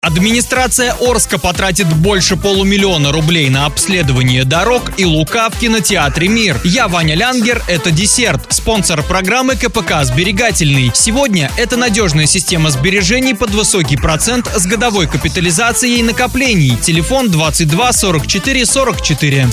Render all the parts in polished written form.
Администрация Орска потратит больше полумиллиона рублей на обследование дорог и Лука в кинотеатре «Мир». Я Ваня Лянгер, это «Десерт», спонсор программы КПК «Сберегательный». Сегодня это надежная система сбережений под высокий процент с годовой капитализацией накоплений. Телефон 22 44 44.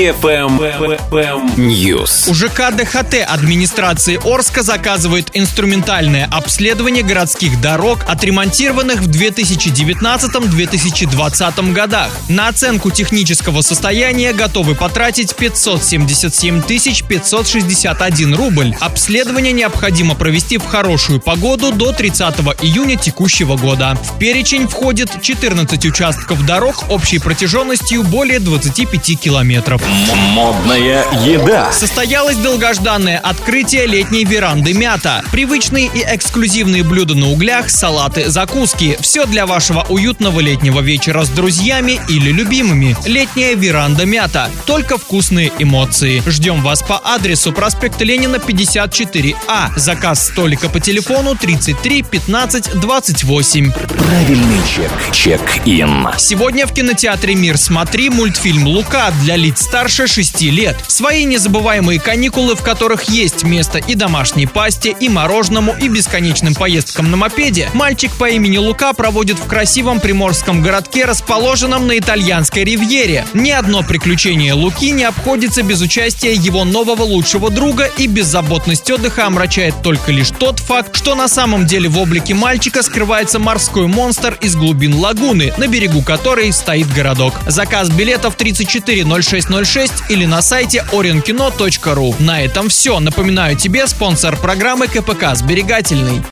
News. У ЖК ДХТ администрации Орска заказывает инструментальное обследование городских дорог, отремонтированных в 2019-2020 годах. На оценку технического состояния готовы потратить 577 561 рубль. Обследование необходимо провести в хорошую погоду до 30 июня текущего года. В перечень входит 14 участков дорог общей протяженностью более 25 километров. Модная еда. Состоялось долгожданное открытие летней веранды «Мята». Привычные и эксклюзивные блюда на углях, салаты, закуски. Все для вашего уютного летнего вечера с друзьями или любимыми. Летняя веранда «Мята». Только вкусные эмоции. Ждем вас по адресу проспект Ленина, 54А. Заказ столика по телефону 33 15 28. Правильный чек. Чек-ин. Сегодня в кинотеатре «Мир» смотри мультфильм «Лука» для лиц старше 6 лет. Свои незабываемые каникулы, в которых есть место и домашней пасте, и мороженому, и бесконечным поездкам на мопеде, мальчик по имени Лука проводит в красивом приморском городке, расположенном на итальянской ривьере. Ни одно приключение Луки не обходится без участия его нового лучшего друга, и беззаботность отдыха омрачает только лишь тот факт, что на самом деле в облике мальчика скрывается морской монстр из глубин лагуны, на берегу которой стоит городок. Заказ билетов 340606 или на сайте orionkino.ru. На этом все. Напоминаю тебе, спонсор программы КПК «Сберегательный».